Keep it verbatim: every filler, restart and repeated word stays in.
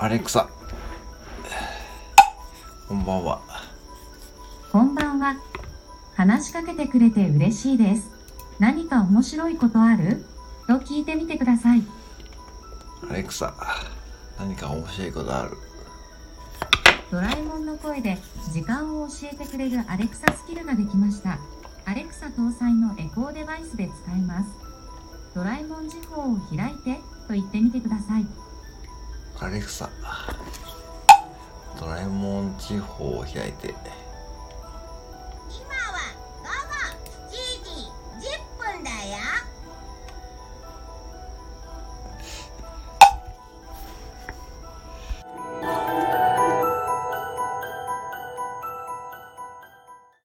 アレクサ、こんばんは。 こんばんは。話しかけてくれて嬉しいです。何か面白いことある？と聞いてみてください。 アレクサ、何か面白いことある？ ドラえもんの声で時間を教えてくれるアレクサスキルができました。アレクサ搭載のエコーデバイスで使えます。ドラえもん時報を開いてと言ってみてください。 アレクサ、ドラえもん時報を開いて。